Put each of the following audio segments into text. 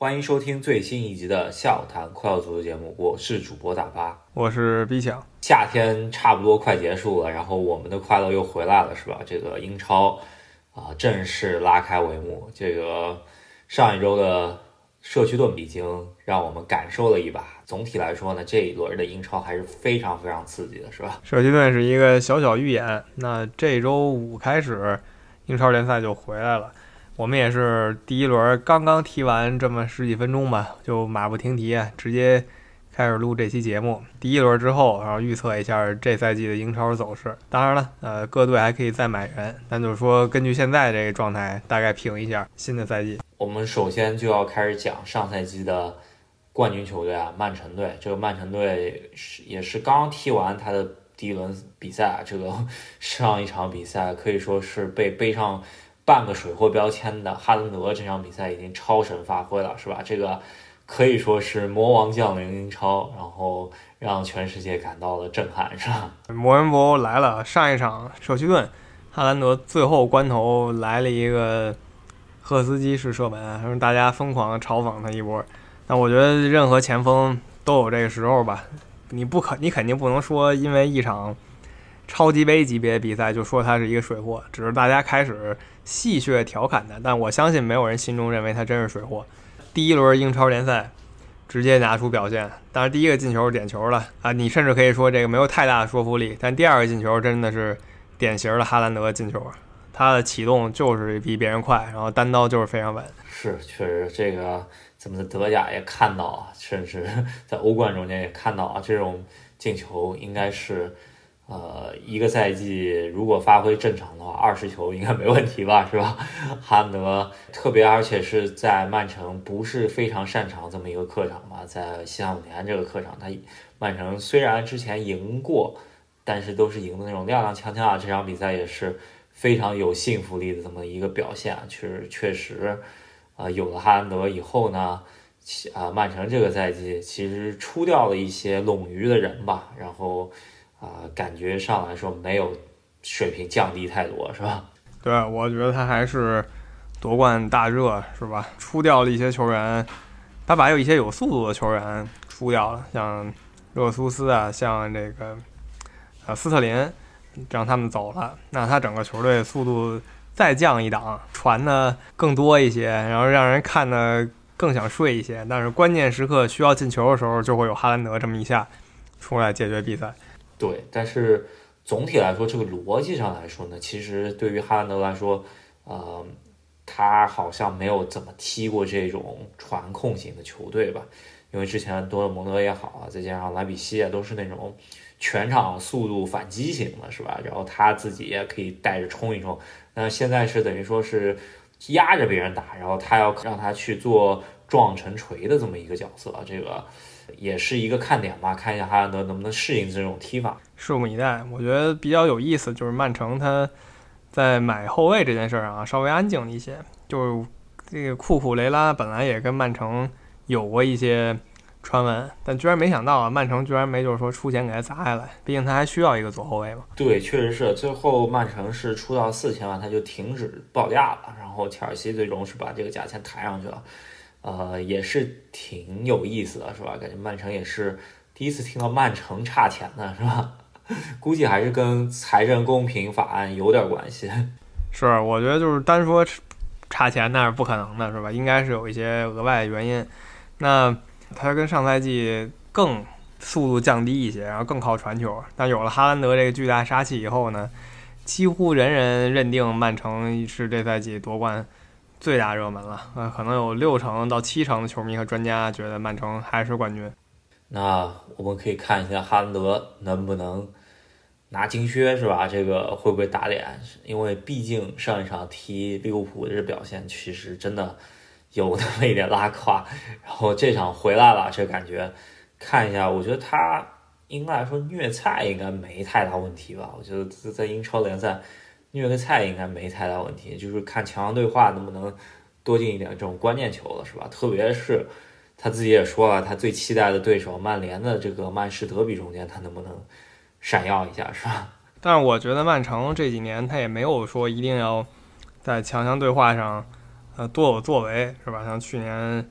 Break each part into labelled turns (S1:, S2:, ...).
S1: 欢迎收听最新一集的笑谈快乐足球节目，我是主播大巴，
S2: 我是 B 强。
S1: 夏天差不多快结束了，然后我们的快乐又回来了，是吧？这个英超正式拉开帷幕。这个上一周的社区盾已经让我们感受了一把。总体来说呢，这一轮的英超还是非常非常刺激的，是吧？
S2: 社区盾是一个小小预演。那这周五开始，英超联赛就回来了。我们也是第一轮刚刚踢完这么十几分钟吧，就马不停蹄直接开始录这期节目。第一轮之后，然后预测一下这赛季的英超走势。当然了，各队还可以再买人，但就是说根据现在这个状态，大概评一下新的赛季。
S1: 我们首先就要开始讲上赛季的冠军球队曼城队。这个曼城队也是刚刚踢完他的第一轮比赛，这个上一场比赛可以说是被背上半个水货标签的哈兰德，这场比赛已经超神发挥了，是吧？这个可以说是魔王降临英超，然后让全世界感到了震撼，是吧？
S2: 魔人布欧来了，上一场社区盾，哈兰德最后关头来了一个赫斯基式射门，让大家疯狂嘲讽他一波。那我觉得任何前锋都有这个时候吧，你肯定不能说因为一场超级杯级别比赛就说他是一个水货，只是大家开始戏谑调侃他，但我相信没有人心中认为他真是水货。第一轮英超联赛直接拿出表现，当然第一个进球是点球了啊，你甚至可以说这个没有太大的说服力，但第二个进球真的是典型的哈兰德进球，他的启动就是比别人快，然后单刀就是非常稳。
S1: 是，确实这个咱们的德甲也看到啊，甚至在欧冠中间也看到啊，这种进球应该是一个赛季如果发挥正常的话，20球应该没问题吧，是吧？哈兰德特别，而且是在曼城不是非常擅长这么一个客场嘛，在西汉姆联这个客场，曼城虽然之前赢过，但是都是赢的那种踉踉跄跄，这场比赛也是非常有信服力的这么一个表现，确实有了哈兰德以后呢，曼城这个赛季其实出掉了一些冗余的人吧，然后感觉上来说没有水平降低太多，是吧？
S2: 对，我觉得他还是夺冠大热，是吧？出掉了一些球员，他把有一些有速度的球员出掉了，像热苏斯啊，像这个斯特林，让他们走了，那他整个球队速度再降一档，传的更多一些，然后让人看的更想睡一些。但是关键时刻需要进球的时候，就会有哈兰德这么一下出来解决比赛。
S1: 对，但是总体来说，这个逻辑上来说呢，其实对于哈兰德来说，他好像没有怎么踢过这种传控型的球队吧？因为之前多特蒙德也好啊，再加上莱比锡啊，都是那种全场速度反击型的，是吧？然后他自己也可以带着冲一冲。那现在是等于说是压着别人打，然后他要让他去做撞成锤的这么一个角色，这个也是一个看点吧，看一下哈兰德能不能适应这种踢法。
S2: 拭目以待。我觉得比较有意思就是曼城他在买后卫这件事上稍微安静了一些，就是这个库库雷拉本来也跟曼城有过一些传闻，但居然没想到曼城居然没就是说出钱给他砸下来，毕竟他还需要一个左后卫嘛。
S1: 对，确实是，最后曼城是出到4000万他就停止报价了，然后切尔西最终是把这个价钱抬上去了，也是挺有意思的，是吧？感觉曼城也是第一次听到曼城差钱的，是吧？估计还是跟财政公平法案有点关系。
S2: 是，我觉得就是单说差钱那是不可能的，是吧？应该是有一些额外的原因。那他跟上赛季更速度降低一些，然后更靠传球。但有了哈兰德这个巨大杀器以后呢，几乎人人认定曼城是这赛季夺冠最大热门了。可能有60%到70%的球迷和专家觉得曼城还是冠军。
S1: 那我们可以看一下哈兰德能不能拿金靴，是吧？这个会不会打脸？因为毕竟上一场踢利物浦的这表现其实真的有那么一点拉胯，然后这场回来了，这感觉看一下，我觉得他应该来说虐菜应该没太大问题吧？我觉得在英超联赛虐个菜应该没太大问题，就是看强强对话能不能多进一点这种关键球了，是吧？特别是他自己也说了，他最期待的对手曼联的这个曼市德比中间，他能不能闪耀一下，是吧？
S2: 但是我觉得曼城这几年他也没有说一定要在强强对话上多有作为，是吧？像去年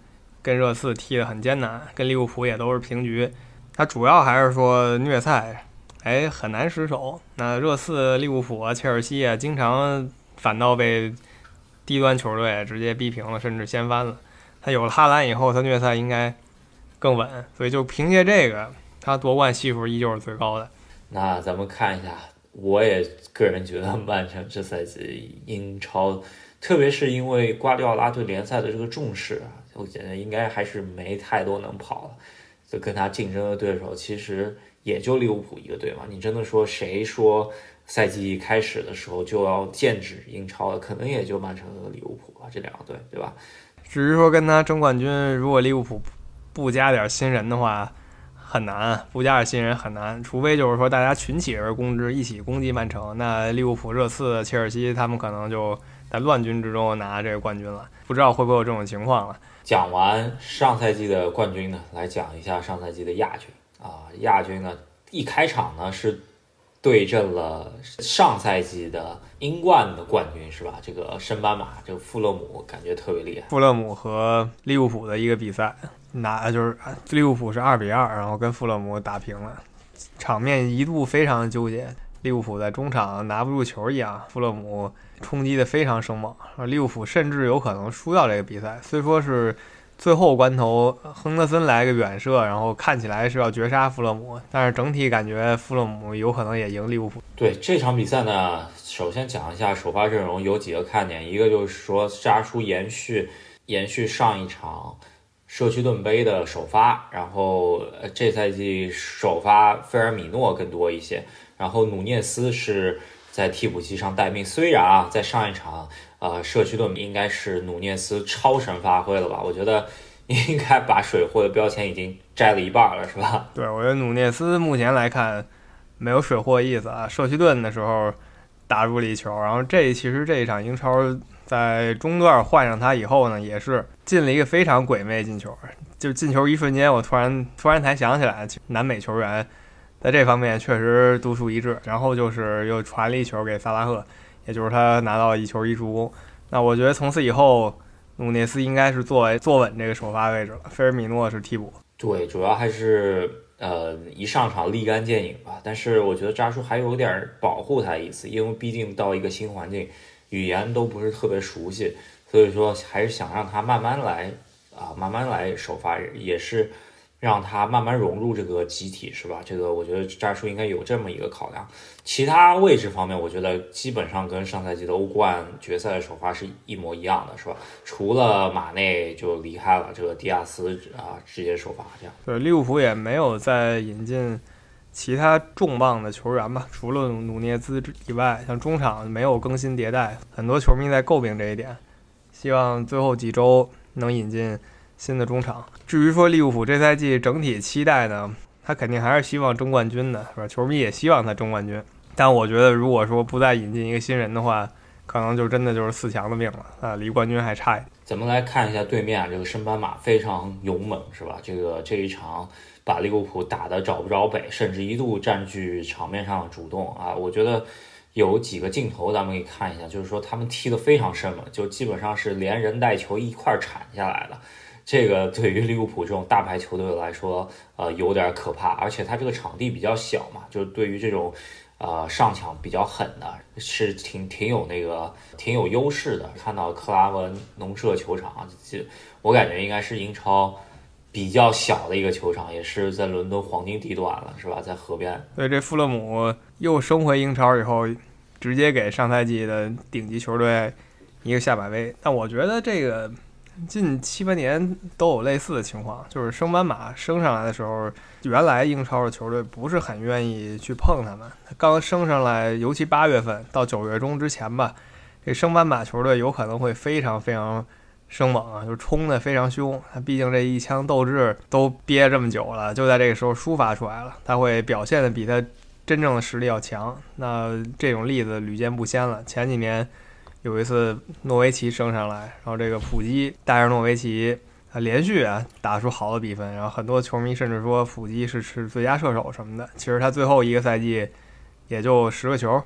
S2: 跟热刺踢得很艰难，跟利物浦也都是平局。他主要还是说虐菜，很难失手。那热刺、利物浦啊、切尔西啊，经常反倒被低端球队直接逼平了，甚至掀翻了。他有了哈兰以后，他虐菜应该更稳，所以就凭借这个，他夺冠系数依旧是最高的。
S1: 那咱们看一下，我也个人觉得曼城这赛季英超，特别是因为瓜迪奥拉对联赛的这个重视，我觉得应该还是没太多能跑了。就跟他竞争的对手，其实也就利物浦一个队嘛。你真的说谁说赛季开始的时候就要剑指英超的，可能也就曼城和利物浦吧，这两个队，对吧？
S2: 至于说跟他争冠军，如果利物浦不加点新人的话，很难，不加点新人很难，除非就是说大家群起而攻之，一起攻击曼城，那利物浦、热刺、切尔西他们可能就在乱军之中拿这个冠军了，不知道会不会有这种情况了。
S1: 讲完上赛季的冠军呢，来讲一下上赛季的亚军啊。亚军呢，一开场呢是对阵了上赛季的英冠的冠军，是吧？这个升班马，这个富勒姆感觉特别厉害。
S2: 富勒姆和利物浦的一个比赛，就是利物浦是2-2，然后跟富勒姆打平了，场面一度非常纠结。利物浦在中场拿不住球一样，富勒姆冲击的非常生猛，利物浦甚至有可能输掉这个比赛。虽说是最后关头亨德森来个远射，然后看起来是要绝杀富勒姆，但是整体感觉富勒姆有可能也赢利物浦。
S1: 对这场比赛呢，首先讲一下首发阵容有几个看点，一个就是说扎叔延续上一场社区盾杯的首发，然后这赛季首发菲尔米诺更多一些，然后努涅斯是在替补席上待命。虽然啊，在上一场社区盾应该是努涅斯超神发挥了吧？我觉得应该把水货的标签已经摘了一半了，是吧？
S2: 对，我觉得努涅斯目前来看没有水货意思啊。社区盾的时候打入了一球，然后其实这一场英超在中段换上他以后呢，也是进了一个非常鬼魅进球。就进球一瞬间，我突然才想起来，南美球员在这方面确实独树一帜。然后就是又传了一球给萨拉赫，也就是他拿到1球1助攻。那我觉得从此以后，努涅斯应该是坐稳这个首发位置了，菲尔米诺是替补。
S1: 对，主要还是一上场立竿见影吧。但是我觉得扎叔还有点保护他的意思，因为毕竟到一个新环境，语言都不是特别熟悉，所以说还是想让他慢慢来首发，也是让他慢慢融入这个集体，是吧？这个我觉得扎叔应该有这么一个考量。其他位置方面，我觉得基本上跟上赛季的欧冠决赛的首发是一模一样的，是吧？除了马内就离开了，这个迪亚斯直接首发这样。
S2: 对，利物浦也没有再引进其他重磅的球员吧，除了努涅兹以外，像中场没有更新迭代，很多球迷在诟病这一点。希望最后几周能引进新的中场。至于说利物浦这赛季整体期待呢，他肯定还是希望争冠军的，是吧？球迷也希望他争冠军，但我觉得如果说不再引进一个新人的话，可能就真的就是4强的命了离冠军还差一点。
S1: 咱们来看一下对面这个升班马非常勇猛，是吧？这一场把利物浦打得找不着北，甚至一度占据场面上的主动啊！我觉得有几个镜头咱们可以看一下，就是说他们踢得非常生猛，就基本上是连人带球一块铲下来的。这个对于利物浦这种大牌球队来说，有点可怕，而且它这个场地比较小嘛，就对于这种上抢比较狠的，是挺有优势的。看到克拉文农舍球场，我感觉应该是英超比较小的一个球场，也是在伦敦黄金地段了，是吧？在河边。
S2: 对，这富勒姆又升回英超以后，直接给上赛季的顶级球队一个下马威。但我觉得这个近7-8年都有类似的情况，就是升班马升上来的时候，原来英超的球队不是很愿意去碰他们。刚升上来，尤其8月份到9月中之前吧，这升班马球队有可能会非常非常生猛啊，就冲得非常凶。他毕竟这一腔斗志都憋这么久了，就在这个时候抒发出来了，他会表现得比他真正的实力要强。那这种例子屡见不鲜了。前几年有一次诺维奇升上来，然后这个普基带着诺维奇连续打出好的比分，然后很多球迷甚至说普基是最佳射手什么的。其实他最后一个赛季也就10个球，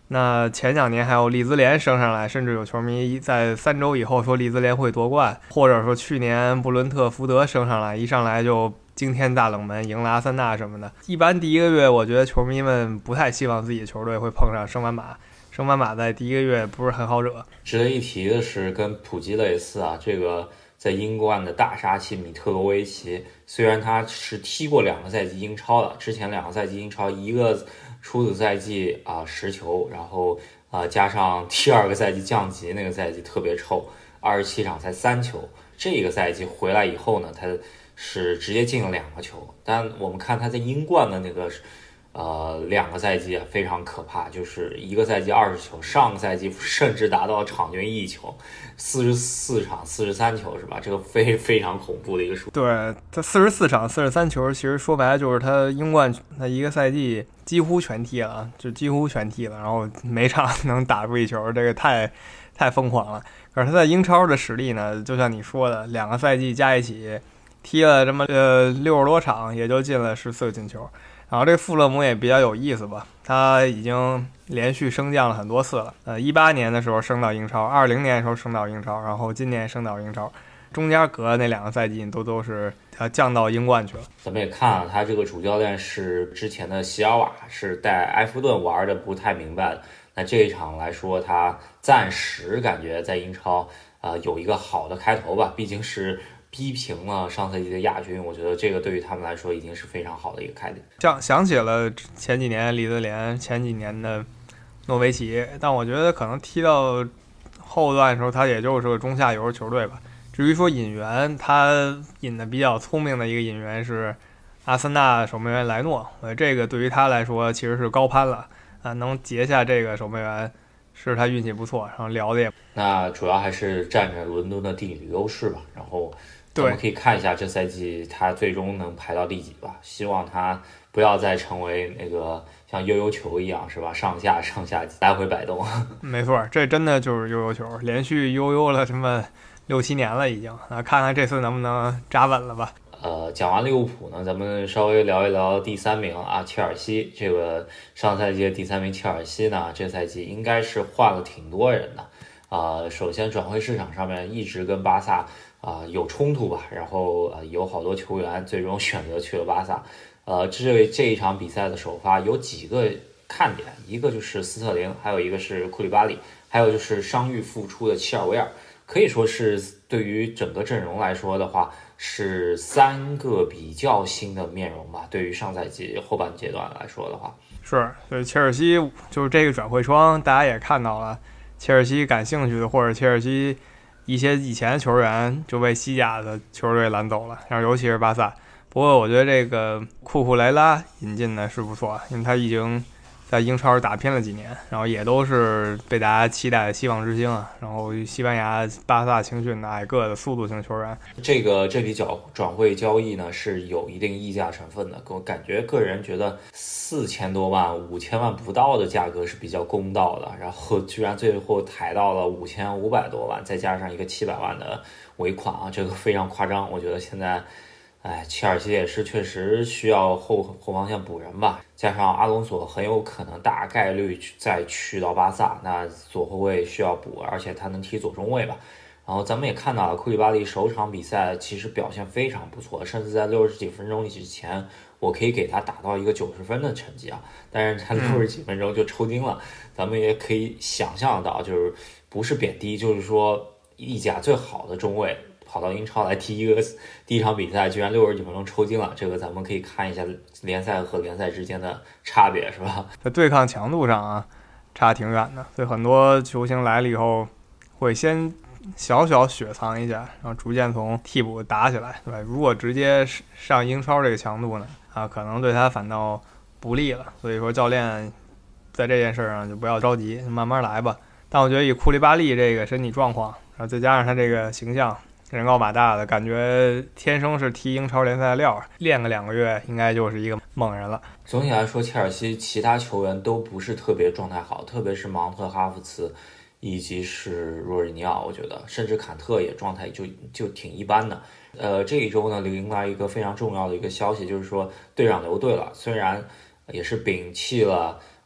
S2: 那前2年还有利兹联升上来，甚至有球迷在3周以后说利兹联会夺冠，或者说去年布伦特福德升上来，一上来就惊天大冷门，赢了阿森纳什么的。一般第一个月，我觉得球迷们不太希望自己的球队会碰上升班马，升班马在第一个月不是很好惹。
S1: 值得一提的是，跟普吉类似啊，这个在英冠的大杀器米特罗维奇，虽然他是踢过2个赛季英超的，之前2个赛季英超，一个初子赛季10球，然后加上第2个赛季降级那个赛季特别臭，27场才3球。这个赛季回来以后呢，他是直接进了2个球，但我们看他在英冠的那个2个赛季非常可怕，就是一个赛季20球，上个赛季甚至达到场均1球，44场43球是吧？这个非常恐怖的一个数。
S2: 对，他44场43球，其实说白了就是他英冠他一个赛季几乎全踢了，然后每场能打出1球，这个太疯狂了。可是他在英超的实力呢，就像你说的，2个赛季加一起踢了这么60多场，也就进了14个进球。然后这富勒姆也比较有意思吧，他已经连续升降了很多次了。18年的时候升到英超，20年的时候升到英超，然后今年升到英超，中间隔那2个赛季都是他降到英冠去了。
S1: 咱们也看了，他这个主教练是之前的席尔瓦，是带埃弗顿玩的不太明白的。那这一场来说，他暂时感觉在英超有一个好的开头吧，毕竟是逼平了上赛季的亚军，我觉得这个对于他们来说已经是非常好的一个开点。
S2: 想起了前几年利兹联，前几年的诺维奇，但我觉得可能踢到后段的时候，他也就是个中下游球队吧。至于说引援，他引的比较聪明的一个引援是阿森纳守门员莱诺，这个对于他来说其实是高攀了啊，能结下这个守门员是他运气不错，然后聊的也。
S1: 那主要还是占着伦敦的地理优势吧，然后我们可以看一下这赛季他最终能排到第几吧，希望他不要再成为那个像悠悠球一样是吧，上下来回摆动。
S2: 没错，这真的就是悠悠球，连续悠悠了这么6-7年了已经，看看这次能不能扎稳了吧。
S1: 讲完利物浦呢，咱们稍微聊一聊第3名啊，切尔西。这个上赛季的第3名切尔西呢，这赛季应该是换了挺多人的。首先转会市场上面一直跟巴萨有冲突吧，然后有好多球员最终选择去了巴萨。这一场比赛的首发有几个看点，一个就是斯特林，还有一个是库里巴利，还有就是伤愈复出的齐尔维尔，可以说是对于整个阵容来说的话，是3个比较新的面容吧。对于上赛季后半阶段来说的话，
S2: 是，所以切尔西就是这个转会窗，大家也看到了，切尔西感兴趣的或者切尔西一些以前的球员就被西甲的球队拦走了，然后尤其是巴萨。不过我觉得这个库库雷拉引进的是不错，因为他已经在英超打拼了几年，然后也都是被大家期待的希望之星啊。然后西班牙、巴萨青训的矮个的速度型球员，
S1: 这笔转会交易呢是有一定溢价成分的，我感觉个人觉得4000多万、5000万不到的价格是比较公道的，然后居然最后抬到了5500多万，再加上一个700万的尾款啊，这个非常夸张。我觉得现在切尔西也是确实需要后防线补人吧，加上阿隆索很有可能大概率再去到巴萨，那左后卫需要补，而且他能踢左中卫吧。然后咱们也看到了库里巴利首场比赛其实表现非常不错，甚至在60几分钟之前，我可以给他打到一个90分的成绩啊。但是他60几分钟就抽筋了，咱们也可以想象到，就是不是贬低，就是说意甲最好的中卫跑到英超来踢第一场比赛，居然60几分钟抽筋了，这个咱们可以看一下联赛和联赛之间的差别，是吧？
S2: 在对抗强度上啊，差挺远的。所以很多球星来了以后，会先小雪藏一下，然后逐渐从替补打起来，对吧？如果直接上英超这个强度呢，可能对他反倒不利了。所以说教练在这件事上就不要着急，慢慢来吧。但我觉得以库利巴利这个身体状况，然后再加上他这个形象，人高马大的感觉，天生是踢英超联赛的料，练个2个月应该就是一个猛人了。
S1: 总体来说，切尔西其他球员都不是特别状态好，特别是芒特、哈弗茨以及是若日尼奥，我觉得甚至坎特也状态就挺一般的。这一周呢，迎来一个非常重要的一个消息，就是说队长留队了，虽然也是摒弃了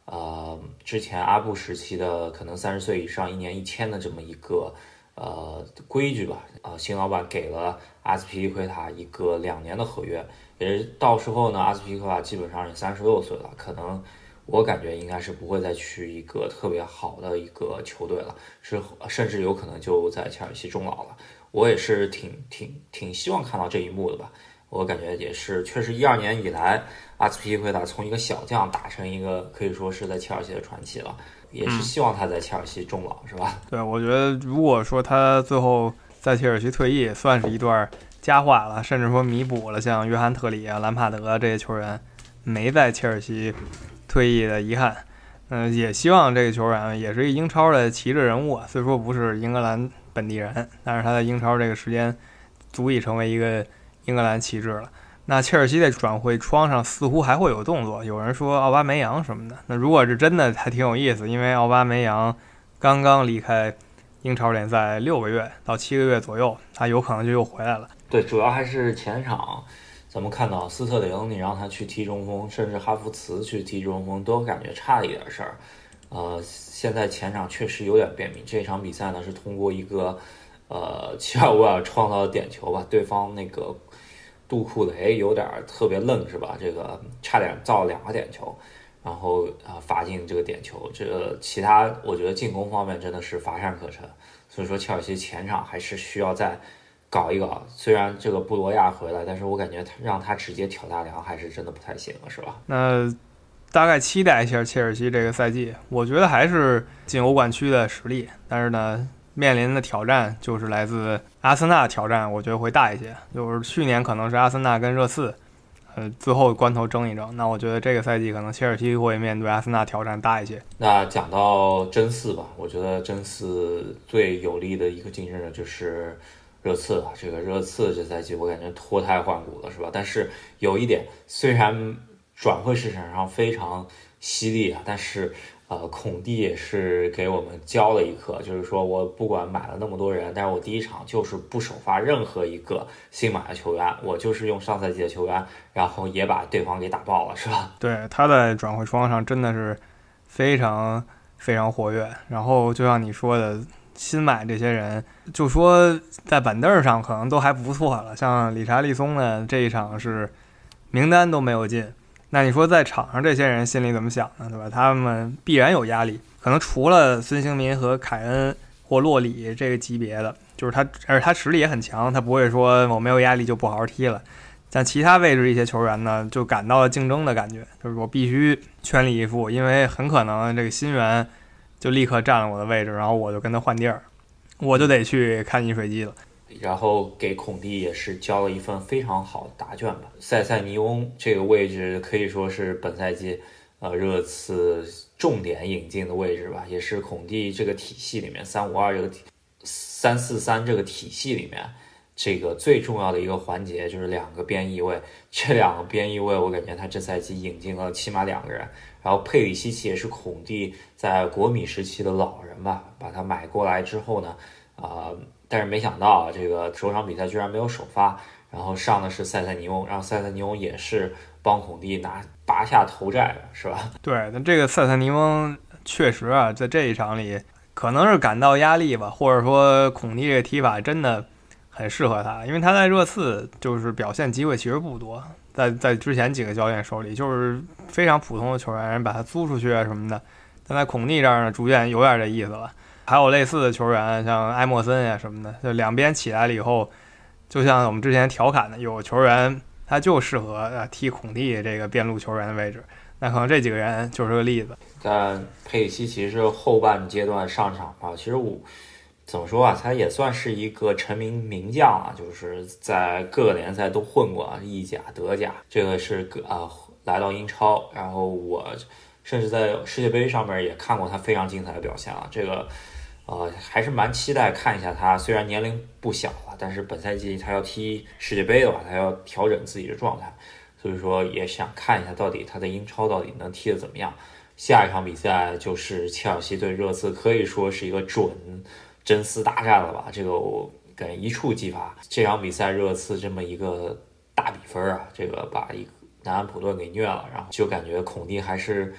S1: 之前阿布时期的可能30岁以上1年1000的这么一个规矩吧。新老板给了阿斯皮利奎塔一个2年的合约，也是到时候呢，阿斯皮利奎塔基本上也36岁了，可能我感觉应该是不会再去一个特别好的一个球队了，甚至有可能就在切尔西终老了。我也是挺希望看到这一幕的吧。我感觉也是，确实12年以来，阿斯皮利奎塔从一个小将打成一个可以说是在切尔西的传奇了，也是希望他在切尔西终老，是吧？
S2: 对，我觉得如果说他最后在切尔西退役，算是一段佳话了，甚至说弥补了像约翰特里啊、兰帕德这些球员没在切尔西退役的遗憾。也希望这个球员也是一英超的旗帜人物，虽说不是英格兰本地人，但是他在英超这个时间足以成为一个英格兰旗帜了。那切尔西在转会窗上似乎还会有动作，有人说奥巴梅扬什么的。那如果是真的，还挺有意思，因为奥巴梅扬刚刚离开英超联赛6个月到7个月左右，他有可能就又回来了。
S1: 对，主要还是前场，咱们看到斯特林，你让他去踢中锋，甚至哈弗茨去踢中锋，都感觉差了一点事儿。现在前场确实有点便秘。这场比赛呢是通过一个齐尔维尔创造的点球吧，对方那个杜库雷有点特别愣是吧？这个差点造2个点球，然后罚进这个点球。这个其他我觉得进攻方面真的是乏善可陈，所以说切尔西前场还是需要再搞一搞。虽然这个布罗亚回来，但是我感觉让他直接挑大梁还是真的不太行了，是吧？
S2: 那大概期待一下切尔西这个赛季，我觉得还是进欧冠区的实力，但是呢，面临的挑战就是来自阿森纳挑战，我觉得会大一些。就是去年可能是阿森纳跟热刺，最后关头争一争。那我觉得这个赛季可能切尔西会面对阿森纳挑战大一些。
S1: 那讲到争四吧，我觉得争四最有力的一个竞争者就是热刺了。这个热刺这赛季我感觉脱胎换骨了，是吧？但是有一点，虽然转会市场上非常犀利啊，但是孔蒂也是给我们教了一课，就是说我不管买了那么多人，但是我第一场就是不首发任何一个新买的球员，我就是用上赛季的球员，然后也把对方给打爆了，是吧？
S2: 对，他在转会窗上真的是非常非常活跃。然后就像你说的，新买这些人，就说在板凳上可能都还不错了，像理查利松呢，这一场是名单都没有进。那你说在场上这些人心里怎么想呢？对吧？他们必然有压力，可能除了孙兴民和凯恩或洛里这个级别的，就是他，而他实力也很强，他不会说我没有压力就不好好踢了。但其他位置一些球员呢，就感到了竞争的感觉，就是我必须全力以赴，因为很可能这个新援就立刻占了我的位置，然后我就跟他换地儿，我就得去看饮水机了。
S1: 然后给孔蒂也是交了一份非常好的答卷吧。塞塞尼翁这个位置可以说是本赛季热刺重点引进的位置吧，也是孔蒂这个体系里面352这个343这个体系里面这个最重要的一个环节，就是2个边翼位。这2个边翼位我感觉他这赛季引进了起码2个人，然后佩里西奇也是孔蒂在国米时期的老人吧，把他买过来之后呢但是没想到这个首场比赛居然没有首发，然后上的是塞塞尼翁，然后塞塞尼翁也是帮孔蒂拔下头债，是吧？
S2: 对，那这个塞塞尼翁确实啊，在这一场里可能是感到压力吧，或者说孔蒂这个踢法真的很适合他，因为他在热刺就是表现机会其实不多，在之前几个教练手里就是非常普通的球员，人把他租出去啊什么的，但在孔蒂这儿呢，逐渐有点这意思了。还有类似的球员，像埃莫森呀什么的，就两边起来了以后，就像我们之前调侃的，有球员他就适合踢孔蒂这个边路球员的位置，那可能这几个人就是个例子。
S1: 但佩里西奇是后半阶段上场啊，其实怎么说啊，他也算是一个成名将啊，就是在各个联赛都混过，意甲、德甲，这个是来到英超，然后我甚至在世界杯上面也看过他非常精彩的表现啊，这个还是蛮期待看一下他。虽然年龄不小了，但是本赛季他要踢世界杯的话，他要调整自己的状态，所以说也想看一下到底他在英超到底能踢得怎么样。下一场比赛就是切尔西对热刺，可以说是一个准真丝大战了吧？这个我感觉一触即发。这场比赛热刺这么一个大比分啊，这个把一个南安普顿给虐了，然后就感觉孔蒂还是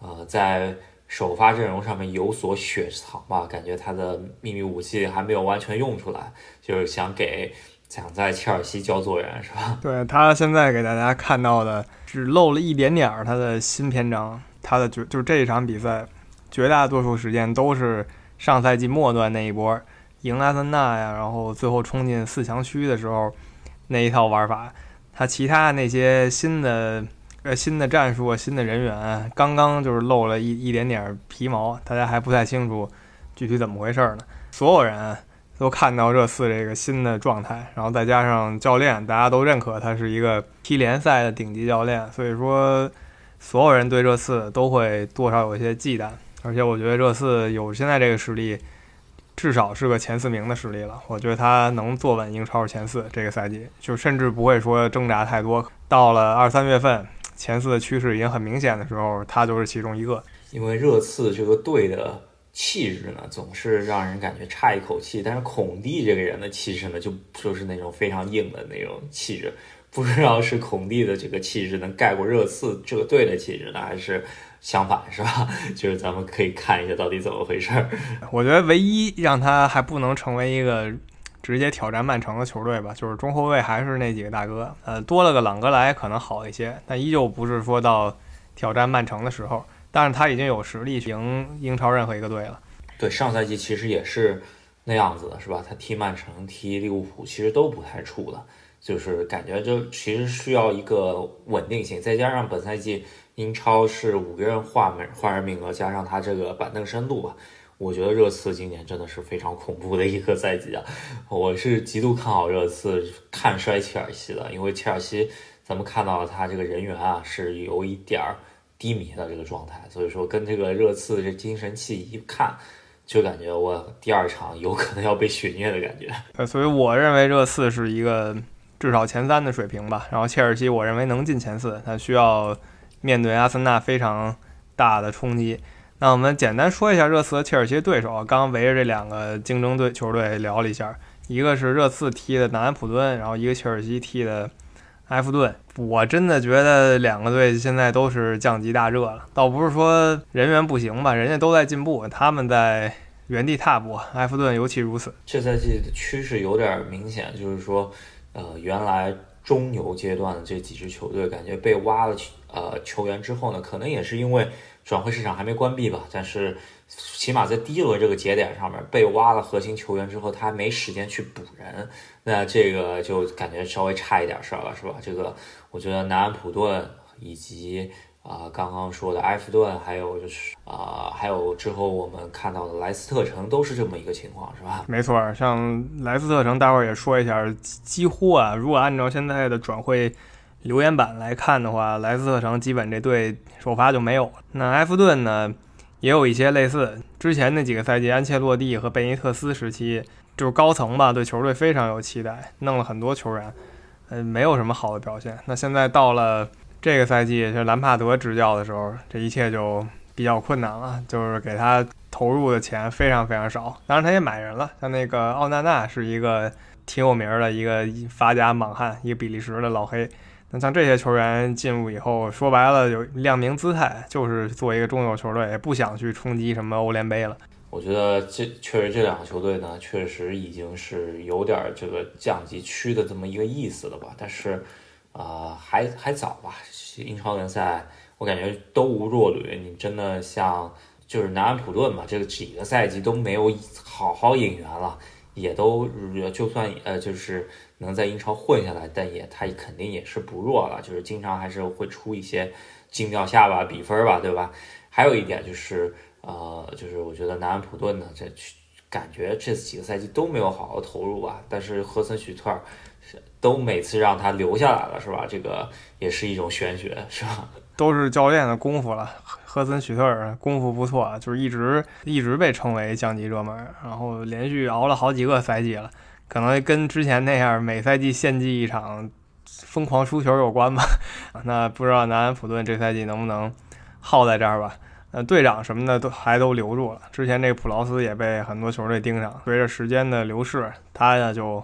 S1: 在首发阵容上面有所雪藏吧，感觉他的秘密武器还没有完全用出来，就是想在切尔西教做人是吧？
S2: 对，他现在给大家看到的只露了一点点他的新篇章，他的就是这一场比赛绝大多数时间都是上赛季末段那一波赢阿森纳呀，然后最后冲进4强区的时候那一套玩法。他其他那些新的战术、新的人员，刚刚就是露了一点点皮毛，大家还不太清楚具体怎么回事呢。所有人都看到热刺这个新的状态，然后再加上教练，大家都认可他是一个踢联赛的顶级教练，所以说所有人对热刺都会多少有一些忌惮。而且我觉得热刺有现在这个实力，至少是个前4名的实力了。我觉得他能坐稳英超前4，这个赛季就甚至不会说挣扎太多。到了2、3月份，前4的趋势已经很明显的时候，他就是其中一个。
S1: 因为热刺这个队的气质呢，总是让人感觉差一口气，但是孔蒂这个人的气质呢，就是那种非常硬的那种气质。不知道是孔蒂的这个气质能盖过热刺这个队的气质呢，还是相反，是吧？就是咱们可以看一下到底怎么回事。
S2: 我觉得唯一让他还不能成为一个直接挑战曼城的球队吧，就是中后卫还是那几个大哥，多了个朗格莱可能好一些，但依旧不是说到挑战曼城的时候。但是他已经有实力赢英超任何一个队了。
S1: 对，上赛季其实也是那样子的，是吧？他踢曼城、踢利物浦其实都不太怵的，就是感觉这其实需要一个稳定性，再加上本赛季英超是5个人换人名额，加上他这个板凳深度吧，我觉得热刺今年真的是非常恐怖的一个赛季啊！我是极度看好热刺看衰切尔西的，因为切尔西咱们看到他这个人员啊是有一点低迷的这个状态，所以说跟这个热刺这精神气一看，就感觉我第2场有可能要被血虐的感觉。
S2: 所以我认为热刺是一个至少前3的水平吧，然后切尔西我认为能进前4，他需要面对阿森纳非常大的冲击。那我们简单说一下热刺和切尔西的对手，刚刚围着这2个竞争球队聊了一下，一个是热刺踢的南安普敦，然后一个切尔西踢的埃弗顿。我真的觉得2个队现在都是降级大热了，倒不是说人员不行吧，人家都在进步，他们在原地踏步，埃弗顿尤其如此。
S1: 这赛季的趋势有点明显，就是说原来中游阶段的这几支球队感觉被挖了球员之后呢，可能也是因为转会市场还没关闭吧，但是起码在第1轮这个节点上面被挖了核心球员之后，他没时间去补人，那这个就感觉稍微差一点事儿了，是吧？这个我觉得南安普顿以及刚刚说的埃弗顿，还有就是还有之后我们看到的莱斯特城都是这么一个情况，是吧？
S2: 没错，像莱斯特城待会儿也说一下，几乎如果按照现在的转会留言板来看的话，莱斯特城基本这队首发就没有了。那埃弗顿呢，也有一些类似之前那几个赛季安切洛蒂和贝尼特斯时期，就是高层吧，对球队非常有期待，弄了很多球员，没有什么好的表现。那现在到了这个赛季是兰帕德执教的时候，这一切就比较困难了，就是给他投入的钱非常非常少。当然他也买人了，像那个奥纳纳是一个挺有名的一个发家莽汉，一个比利时的老黑。那像这些球员进入以后，说白了有亮明姿态，就是做一个中游球队，也不想去冲击什么欧联杯了。
S1: 我觉得确实这2个球队呢，确实已经是有点这个降级区的这么一个意思了吧，但是还早吧，英超联赛我感觉都无弱旅，你真的像就是南安普顿嘛，这个几个赛季都没有好好引援了，也都就算就是能在英超混下来，但他肯定也是不弱了，就是经常还是会出一些惊掉下巴比分吧，对吧？还有一点就是就是我觉得南安普顿呢，这感觉这几个赛季都没有好好投入吧，但是赫森许特尔都每次让他留下来了，是吧？这个也是一种玄学，是吧？
S2: 都是教练的功夫了。赫森许特尔功夫不错，就是一直被称为降级热门，然后连续熬了好几个赛季了，可能跟之前那样每赛季献祭一场疯狂输球有关吧。那不知道南安普顿这赛季能不能耗在这儿吧？队长什么的都留住了，之前这个普劳斯也被很多球队盯上，随着时间的流逝，他呢就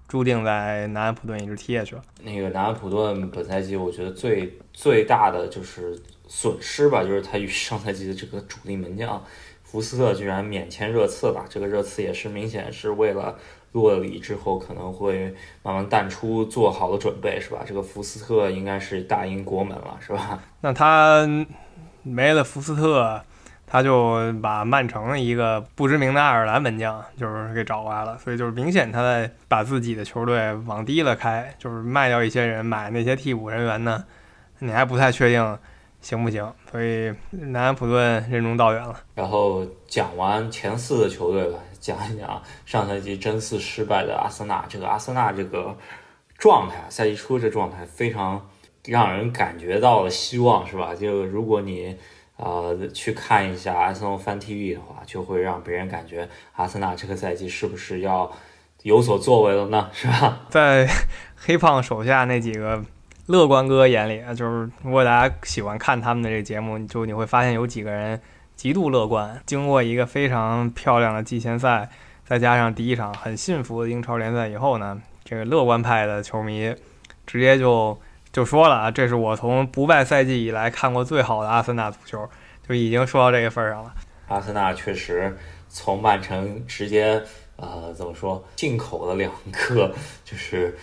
S2: 注定在南安普顿一直踢下去了。
S1: 那个南安普顿本赛季我觉得最大的就是损失吧，就是他与上赛季的这个主力门将福斯特居然免签热刺了，这个热刺也是明显是为了洛里之后可能会慢慢淡出做好的准备，是吧？这个福斯特应该是大英国门了，是吧？
S2: 那他没了福斯特，他就把曼城一个不知名的爱尔兰门将就是给找过来了，所以就是明显他在把自己的球队往低了开，就是卖掉一些人，买那些替补人员呢，你还不太确定行不行，所以南安普顿任重道远了。
S1: 然后讲完前4的球队吧，讲一讲上赛季争四失败的阿森纳。这个阿森纳这个状态，赛季初这状态非常让人感觉到了希望，是吧？就如果你去看一下阿森纳 Fan TV 的话，就会让别人感觉阿森纳这个赛季是不是要有所作为了呢？是吧？
S2: 在黑胖手下那几个乐观哥眼里，就是如果大家喜欢看他们的这个节目，你会发现有几个人极度乐观。经过一个非常漂亮的季前赛，再加上第一场很幸福的英超联赛以后呢，这个乐观派的球迷直接就说了啊，这是我从不败赛季以来看过最好的阿森纳足球，就已经说到这个份上了。
S1: 阿森纳确实从曼城直接怎么说进口了2个，就是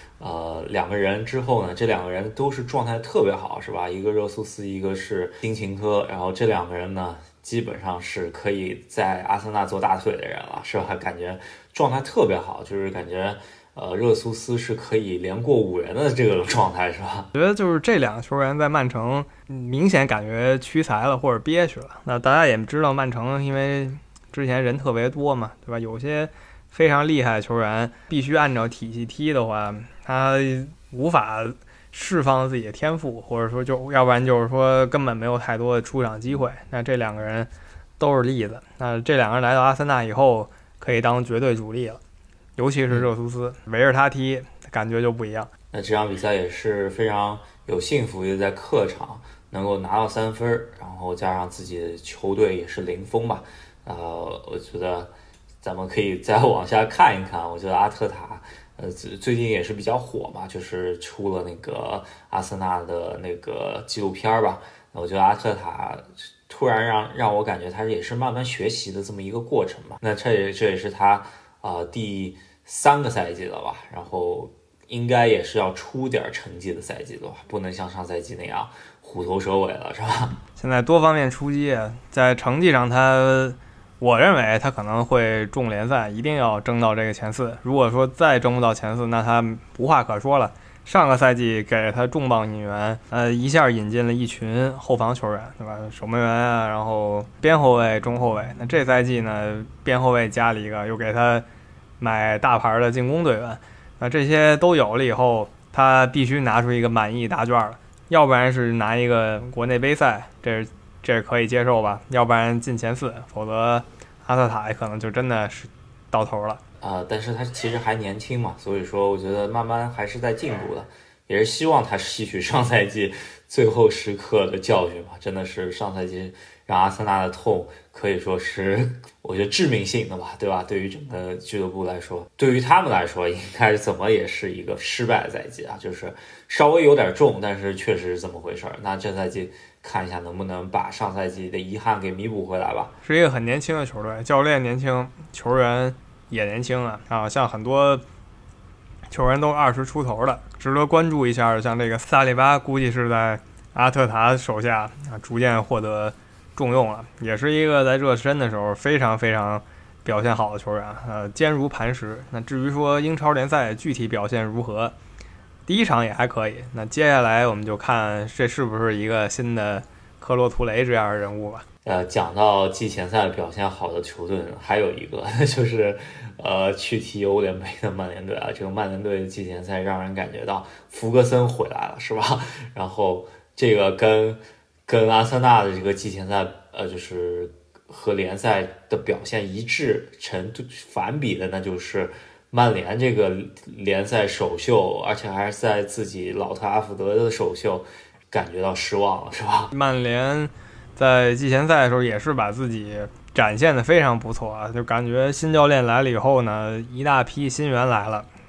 S1: 2个人之后呢，这2个人都是状态特别好，是吧？一个热苏斯，一个是金琴科，然后这2个人呢基本上是可以在阿森纳做大腿的人了，是吧？感觉状态特别好，就是感觉热苏斯是可以连过5人的这个状态，是吧？
S2: 我觉得就是这2个球员在曼城明显感觉屈才了或者憋屈了。那大家也知道曼城因为之前人特别多嘛，对吧？有些非常厉害的球员必须按照体系踢的话，他无法释放自己的天赋，或者说要不然就是说根本没有太多的出场机会。那这2个人都是例子。那这2个人来到阿森纳以后可以当绝对主力了，尤其是热苏斯，围着他踢感觉就不一样。
S1: 那这场比赛也是非常有幸福的，在客场能够拿到3分，然后加上自己的球队也是零封吧。我觉得咱们可以再往下看一看。我觉得阿特塔最近也是比较火嘛，就是出了那个阿森纳的那个纪录片吧。我觉得阿特塔突然让我感觉他也是慢慢学习的这么一个过程吧。那这也是他第3个赛季了吧，然后应该也是要出点成绩的赛季了吧，不能像上赛季那样虎头蛇尾了，是吧？
S2: 现在多方面出击，在成绩上我认为他可能会中联赛，一定要争到这个前4。如果说再争不到前4，那他无话可说了。上个赛季给他重磅引援，一下引进了一群后防球员，对吧？守门员啊，然后边后卫、中后卫。那这赛季呢，边后卫加了一个，又给他买大牌的进攻队员。那这些都有了以后，他必须拿出一个满意答卷了，要不然是拿一个国内杯赛，这可以接受吧？要不然进前4，否则阿特塔可能就真的是到头了。
S1: 但是他其实还年轻嘛，所以说我觉得慢慢还是在进步的，也是希望他吸取上赛季最后时刻的教训吧。真的是上赛季让阿森纳的痛可以说是我觉得致命性的吧，对吧？对于整个俱乐部来说，对于他们来说应该怎么也是一个失败的赛季啊，就是稍微有点重，但是确实是这么回事儿。那这赛季看一下能不能把上赛季的遗憾给弥补回来吧。
S2: 是一个很年轻的球队，教练年轻，球员也年轻啊，像很多球员都20出头的，值得关注一下。像这个萨利巴估计是在阿特塔手下逐渐获得重用了，也是一个在热身的时候非常非常表现好的球员，坚如磐石。那至于说英超联赛具体表现如何，第一场也还可以，那接下来我们就看这是不是一个新的克洛图雷这样的人物吧。
S1: 讲到季前赛表现好的球队，还有一个就是去踢欧联杯的曼联队啊。这个曼联队的季前赛让人感觉到福格森回来了，是吧？然后这个跟阿森纳的这个季前赛就是和联赛的表现一致成反比的，那就是曼联这个联赛首秀，而且还是在自己老特拉福德的首秀，感觉到失望了，是吧？
S2: 曼联在季前赛的时候也是把自己展现的非常不错啊，就感觉新教练来了以后呢，一大批新援来了，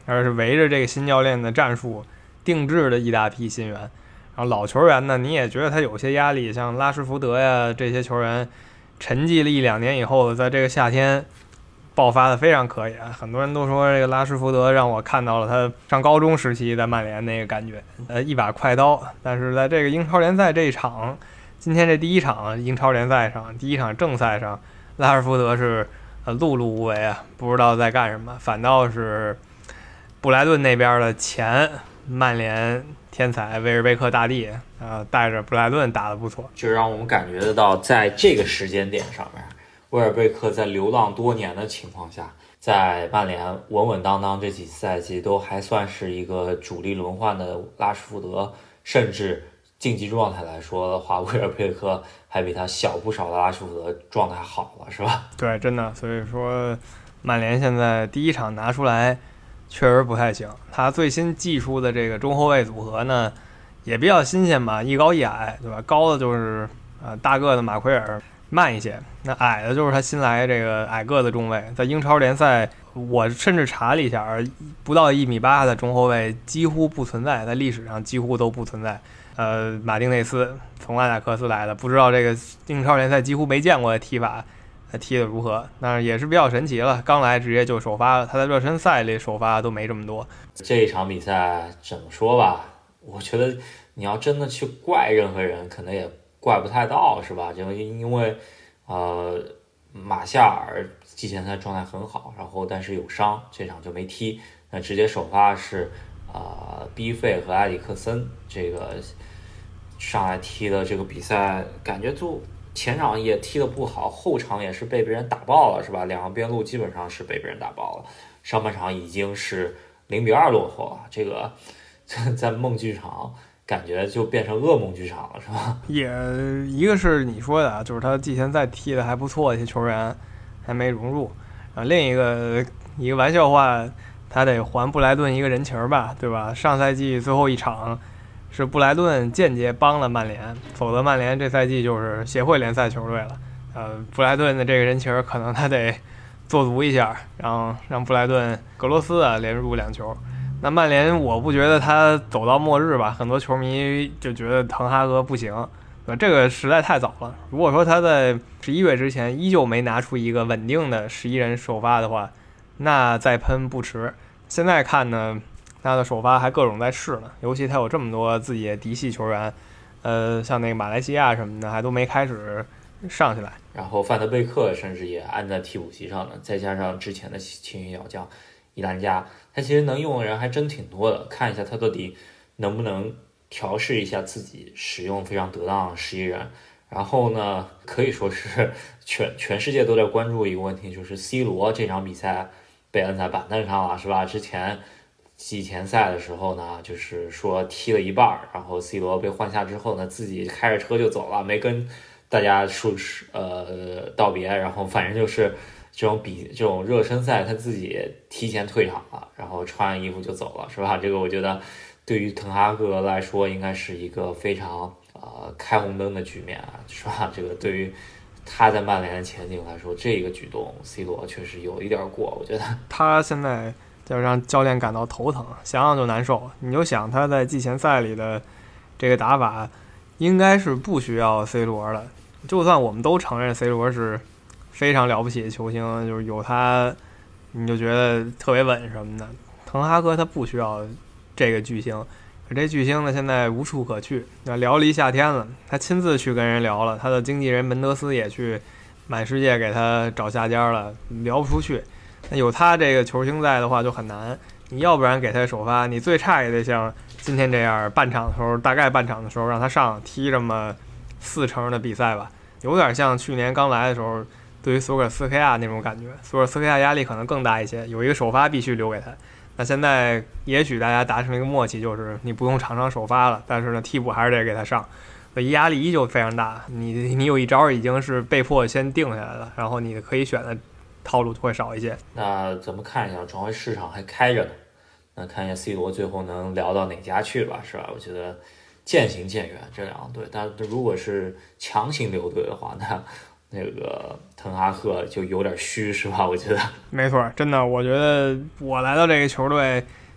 S2: 而是围着这个新教练的战术定制的一大批新援。然后老球员呢，你也觉得他有些压力，像拉什福德呀这些球员，沉寂了1-2年以后，在这个夏天爆发的非常可以啊！很多人都说这个拉什福德让我看到了他上高中时期在曼联那个感觉，一把快刀。但是在这个英超联赛这一场，今天这第一场英超联赛上，第一场正赛上，拉什福德是碌碌无为啊，不知道在干什么，反倒是布莱顿那边的前曼联天才威尔贝克大帝带着布莱顿打得不错，
S1: 就让我们感觉得到，在这个时间点上面，威尔贝克在流浪多年的情况下，在曼联稳稳当当这几次赛季都还算是一个主力轮换的拉什福德，甚至竞技状态来说的话，威尔贝克还比他小不少的拉什福德状态好了，是吧？
S2: 对，真的。所以说曼联现在第一场拿出来确实不太行，他最新祭出的这个中后卫组合呢也比较新鲜吧，一高一矮，对吧？高的就是大个的马奎尔，慢一些，那矮的就是他新来这个矮个的中卫。在英超联赛我甚至查了一下，不到1.8米的中后卫几乎不存在，在历史上几乎都不存在。马丁内斯从阿贾克斯来的，不知道这个英超联赛几乎没见过的踢法踢得如何，那也是比较神奇了，刚来直接就首发了，他在热身赛里首发都没这么多。
S1: 这一场比赛怎么说吧，我觉得你要真的去怪任何人可能也怪不太到，是吧？就因为马夏尔季前赛状态很好，然后但是有伤，这场就没踢，那直接首发是毕费和埃里克森，这个上来踢的这个比赛感觉就前场也踢得不好，后场也是被别人打爆了，是吧？两个边路基本上是被别人打爆了，上半场已经是0-2落后了，这个在梦剧场感觉就变成噩梦剧场了，是吧？
S2: 也一个是你说的，就是他季前赛踢的还不错，一些球员还没融入另一个玩笑话，他得还布莱顿一个人情吧，对吧？上赛季最后一场是布莱顿间接帮了曼联，否则曼联这赛季就是协会联赛球队了。布莱顿的这个人情可能他得做足一下，让布莱顿格罗斯连入2球。那曼联我不觉得他走到末日吧，很多球迷就觉得滕哈格不行，这个实在太早了。如果说他在11月之前依旧没拿出一个稳定的11人首发的话，那再喷不迟。现在看呢，他的首发还各种在试呢，尤其他有这么多自己的嫡系球员，像那个马来西亚什么的还都没开始上起来。
S1: 然后范德贝克甚至也安在替补席上了，再加上之前的青训小将伊兰加，他其实能用的人还真挺多的。看一下他到底能不能调试一下自己使用非常得当的11人。然后呢，可以说是全世界都在关注一个问题，就是 C 罗这场比赛被摁在板凳上了，是吧？之前季前赛的时候呢，就是说踢了一半，然后 C 罗被换下之后呢，自己开着车就走了，没跟大家道别，然后反正就是这种热身赛他自己提前退场了，然后穿上衣服就走了，是吧？这个我觉得对于滕哈格来说应该是一个非常开红灯的局面是吧？这个对于他在曼联的前景来说，这个举动 C 罗确实有一点过，我觉得
S2: 他现在就让教练感到头疼，想想就难受。你就想他在季前赛里的这个打法，应该是不需要 C 罗的。就算我们都承认 C 罗是非常了不起的球星，就是有他你就觉得特别稳什么的，滕哈格他不需要这个巨星。这巨星呢现在无处可去，聊了一夏天了，他亲自去跟人聊了，他的经纪人门德斯也去满世界给他找下家了，聊不出去。那有他这个球星在的话就很难，你要不然给他首发，你最差也得像今天这样，大概半场的时候让他上踢这么40%的比赛吧，有点像去年刚来的时候对于索尔斯克亚那种感觉。索尔斯克亚压力可能更大一些，有一个首发必须留给他。那现在也许大家达成一个默契，就是你不用场上首发了，但是呢替补还是得给他上，所以压力依旧非常大。你有一招已经是被迫先定下来了，然后你可以选的套路就会少一些。
S1: 那咱们看一下转会市场还开着呢，那看一下 C 罗最后能聊到哪家去吧，是吧？我觉得渐行渐远这两队，但如果是强行留队的话，那个滕哈赫就有点虚，是吧？我觉得
S2: 没错，真的，我觉得我来到这个球队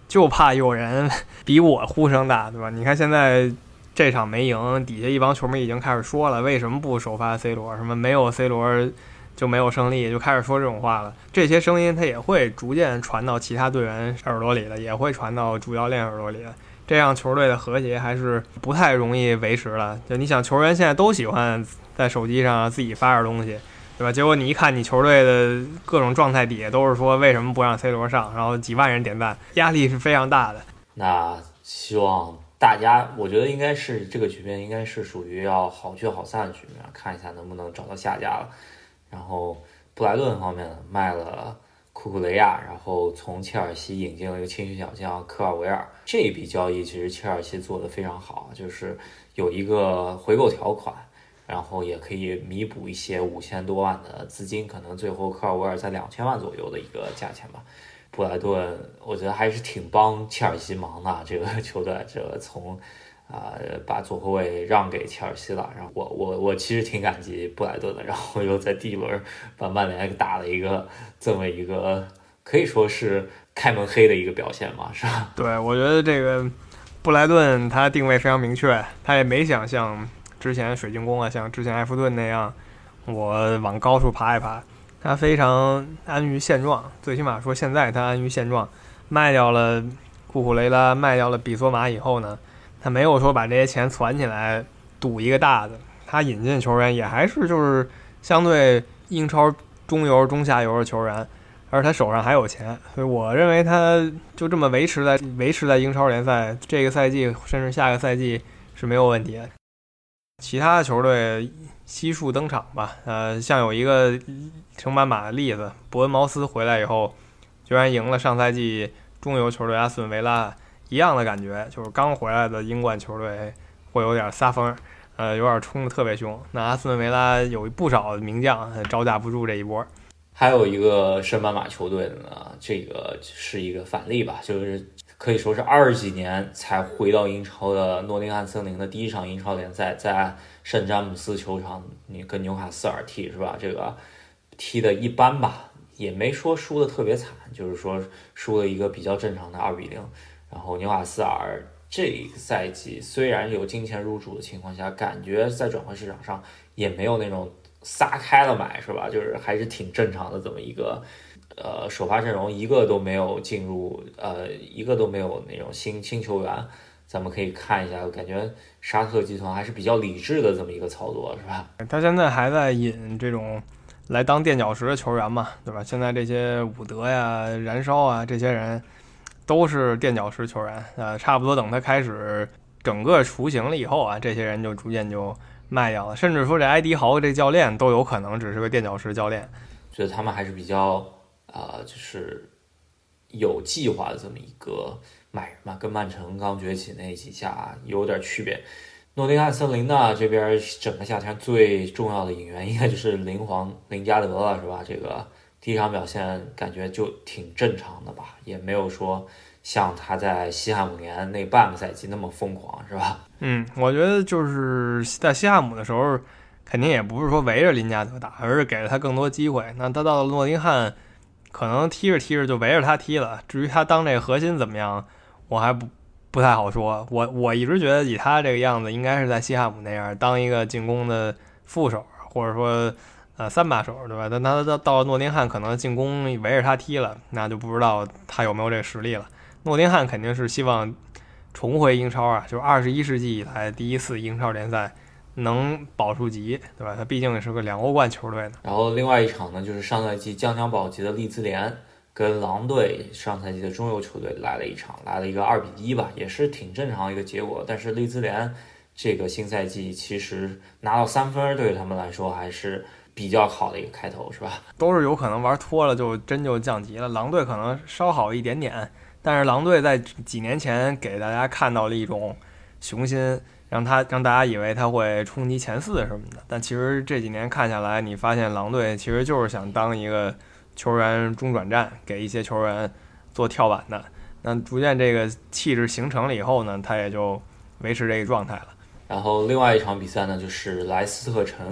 S2: 就怕有人比我呼声大，对吧？你看现在这场没赢，底下一帮球迷已经开始说了，为什么不首发 C 罗？什么没有 C 罗就没有胜利，就开始说这种话了。这些声音它也会逐渐传到其他队员耳朵里的，也会传到主教练耳朵里的。这样球队的和谐还是不太容易维持了。就你想，球员现在都喜欢在手机上自己发点东西，对吧？结果你一看你球队的各种状态底下都是说为什么不让 C 罗上，然后几万人点赞，压力是非常大的。
S1: 那希望大家，我觉得应该是这个局面应该是属于要好聚好散的局面，看一下能不能找到下家了。然后布莱顿方面卖了库库雷亚，然后从切尔西引进了一个青训小将科尔维尔。这一笔交易其实切尔西做得非常好，就是有一个回购条款，然后也可以弥补一些5000多万的资金，可能最后科尔维尔在2000万左右的一个价钱吧。布莱顿我觉得还是挺帮切尔西忙的，这个球队这个从把左后卫让给切尔西了，然后我其实挺感激布莱顿的，然后又在第一轮把曼联打了一个这么一个可以说是开门黑的一个表现嘛，是吧？
S2: 对，我觉得这个布莱顿他定位非常明确，他也没想像之前水晶宫啊，像之前埃弗顿那样我往高处爬一爬，他非常安于现状，最起码说现在他安于现状。卖掉了库库雷拉，卖掉了比索马以后呢，他没有说把这些钱攒起来赌一个大的，他引进球员也还是就是相对英超中游中下游的球员，而他手上还有钱，所以我认为他就这么维持在英超联赛，这个赛季甚至下个赛季是没有问题的。其他的球队悉数登场吧，像有一个成板马的例子，伯恩茅斯回来以后，居然赢了上赛季中游球队阿斯顿维拉，一样的感觉，就是刚回来的英冠球队会有点撒疯，有点冲得特别凶。那阿斯顿维拉有不少名将招架不住这一波。
S1: 还有一个圣班马球队的呢，这个是一个反例吧，就是可以说是20几年才回到英超的诺丁汉森林的第一场英超联赛，在圣詹姆斯球场你跟纽卡斯尔踢是吧？这个踢的一般吧，也没说输的特别惨，就是说输了一个比较正常的2-0。然后纽卡斯尔这个赛季虽然有金钱入驻的情况下，感觉在转会市场上也没有那种撒开了买是吧？就是还是挺正常的这么一个首发阵容，一个都没有进入一个都没有那种新球员。咱们可以看一下，感觉沙特集团还是比较理智的这么一个操作是吧？
S2: 他现在还在引这种来当垫脚石的球员嘛，对吧？现在这些伍德呀、燃烧啊这些人都是垫脚石球员，差不多等他开始整个雏形了以后啊，这些人就逐渐就卖掉了，甚至说这埃迪豪这教练都有可能只是个垫脚石教练。
S1: 觉得他们还是比较就是有计划的这么一个买人嘛，跟曼城刚崛起那几下有点区别。诺丁汉森林呢这边整个夏天最重要的引援应该就是林加德了是吧？这个第一场表现感觉就挺正常的吧，也没有说像他在西汉姆联那半个赛季那么疯狂是吧？
S2: 我觉得就是在西汉姆的时候肯定也不是说围着林加德打，而是给了他更多机会。那他到了诺丁汉可能踢着踢着就围着他踢了，至于他当这个核心怎么样，我还不太好说。我一直觉得以他这个样子应该是在西汉姆那样当一个进攻的副手，或者说3把手，对吧？但他到诺丁汉可能进攻围着他踢了，那就不知道他有没有这个实力了。诺丁汉肯定是希望重回英超啊，就是21世纪以来第一次英超联赛能保出级，对吧？他毕竟是个2欧冠球队呢。
S1: 然后另外一场呢，就是上赛季将保级的利兹联跟狼队上赛季的中游球队来了一个2-1吧，也是挺正常的一个结果。但是利兹联这个新赛季其实拿到3分，对于他们来说还是比较好的一个开头，是吧？
S2: 都是有可能玩脱了就真就降级了。狼队可能稍好一点点，但是狼队在几年前给大家看到了一种雄心，让大家以为他会冲击前4什么的。但其实这几年看下来，你发现狼队其实就是想当一个球员中转站，给一些球员做跳板的。那逐渐这个气质形成了以后呢，他也就维持这个状态了。
S1: 然后另外一场比赛呢，就是莱斯特城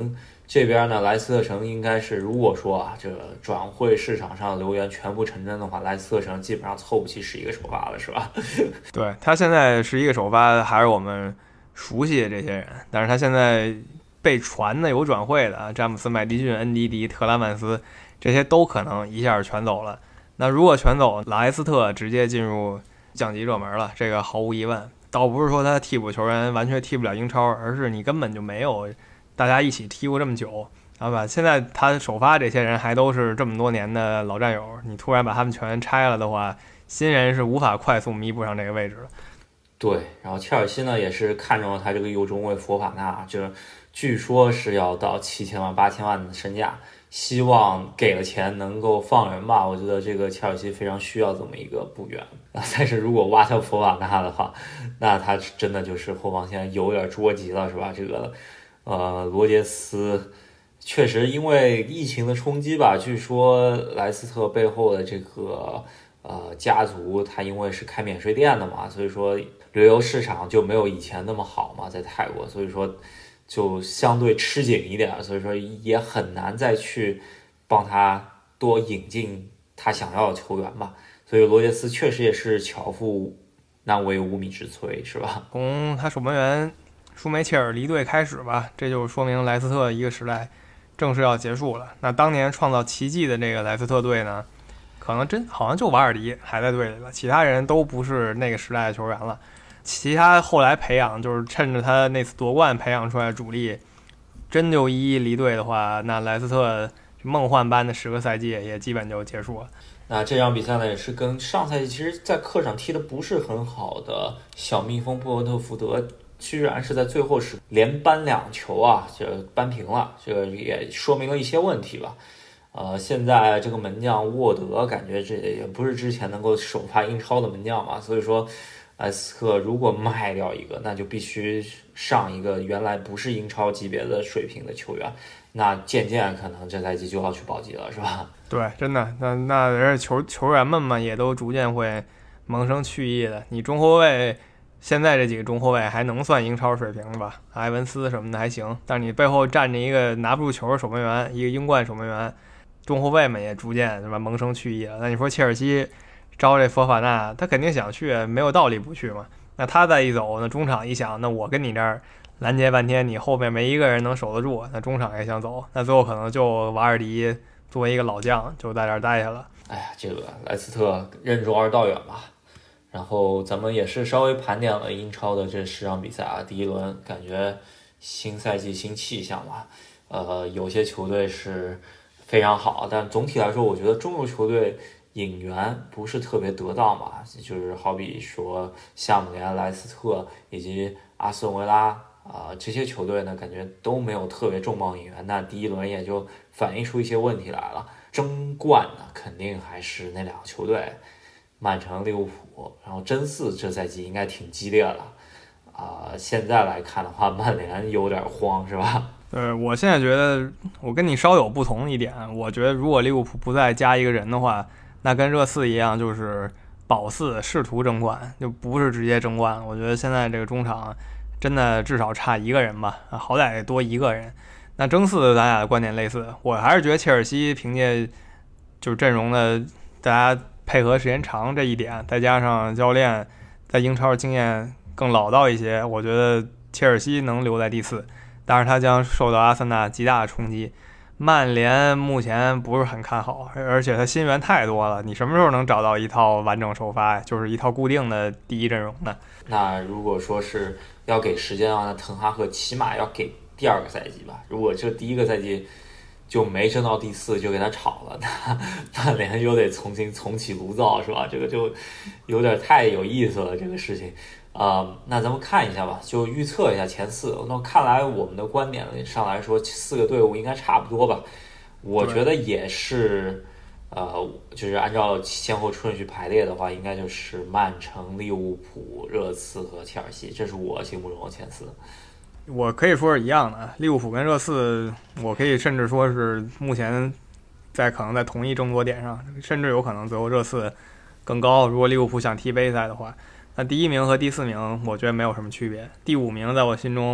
S1: 这边呢，莱斯特城应该是，如果说这个转会市场上的流言全部成真的话，莱斯特城基本上凑不齐11个首发了，是吧？
S2: 对，他现在11个首发还是我们熟悉的这些人，但是他现在被传的有转会的，詹姆斯、麦迪逊、恩迪迪、特兰曼斯，这些都可能一下全走了。那如果全走，莱斯特直接进入降级热门了，这个毫无疑问。倒不是说他替补球员完全踢不了英超，而是你根本就没有大家一起踢过这么久，好吧？现在他首发这些人还都是这么多年的老战友，你突然把他们全拆了的话，新人是无法快速弥补上这个位置的。
S1: 对，然后切尔西呢也是看中了他这个右中卫佛法纳，这据说是要到7000万、8000万的身价，希望给了钱能够放人吧。我觉得这个切尔西非常需要这么一个补员，但是如果挖掉佛法纳的话，那他真的就是后防线有点捉急了，是吧？这个罗杰斯确实因为疫情的冲击吧，据说莱斯特背后的这个家族，他因为是开免税店的嘛，所以说旅游市场就没有以前那么好嘛，在泰国，所以说就相对吃紧一点，所以说也很难再去帮他多引进他想要的球员吧。所以罗杰斯确实也是巧妇难为无米之炊，是吧？
S2: 从他守门员舒梅切尔离队开始吧，这就说明莱斯特一个时代正式要结束了。那当年创造奇迹的这个莱斯特队呢，可能好像就瓦尔迪还在队里了，其他人都不是那个时代的球员了。其他后来培养，就是趁着他那次夺冠培养出来的主力，真就一离队的话，那莱斯特梦幻般的10个赛季也基本就结束了。
S1: 那这场比赛呢，也是跟上赛季其实在客场踢的不是很好的小蜜蜂布伦特福德，居然是在最后是连扳2球啊，就扳平了，这个也说明了一些问题吧。现在这个门将沃德感觉这也不是之前能够首发英超的门将嘛，所以说莱斯特如果卖掉一个，那就必须上一个原来不是英超级别的水平的球员，那渐渐可能这赛季就要去保级了，是吧？
S2: 对，真的，那而且球员们嘛，也都逐渐会萌生去意的。你中后卫现在这几个中后卫还能算英超水平的吧？埃文斯什么的还行，但是你背后站着一个拿不住球的守门员，一个英冠守门员，中后卫们也逐渐是吧萌生去意了。那你说切尔西招这佛法纳，他肯定想去，没有道理不去嘛。那他再一走，那中场一想，那我跟你这儿拦截半天，你后面没一个人能守得住，那中场也想走，那最后可能就瓦尔迪作为一个老将就在这儿待下了。
S1: 哎呀，这个莱斯特任重而道远吧。然后咱们也是稍微盘点了英超的这10场比赛啊，第一轮感觉新赛季新气象吧。有些球队是非常好，但总体来说，我觉得中游球队引援不是特别得当嘛，就是好比说夏姆联、莱斯特以及阿斯顿维拉这些球队呢，感觉都没有特别重磅引援，那第一轮也就反映出一些问题来了。争冠呢，肯定还是那2个球队，曼城、利物浦，然后争4这赛季应该挺激烈的现在来看的话，曼联有点慌，是吧？
S2: 我现在觉得我跟你稍有不同一点，我觉得如果利物浦不再加一个人的话，那跟热刺一样，就是保4试图争冠，就不是直接争冠。我觉得现在这个中场真的至少差1个人吧，好歹多1个人。那争4咱俩的观点类似，我还是觉得切尔西凭借就是阵容的大家配合时间长这一点，再加上教练在英超经验更老道一些，我觉得切尔西能留在第4，但是他将受到阿森纳极大的冲击。曼联目前不是很看好，而且他新援太多了，你什么时候能找到一套完整首发呀？就是一套固定的第一阵容呢？
S1: 那如果说是要给时间的话，那滕哈赫起码要给第2个赛季吧。如果这第1个赛季就没争到第4就给他炒了，那曼联又得重启炉灶，是吧？这个就有点太有意思了，这个事情。那咱们看一下吧，就预测一下前4。那看来我们的观点上来说，4个队伍应该差不多吧？我觉得也是，就是按照先后顺序排列的话，应该就是曼城、利物浦、热刺和切尔西，这是我心目中的前4。
S2: 我可以说是一样的，利物浦跟热刺，我可以甚至说是目前可能在同一争夺点上，甚至有可能最后热刺更高。如果利物浦想踢杯赛的话，那第1名和第4名我觉得没有什么区别。第5名在我心中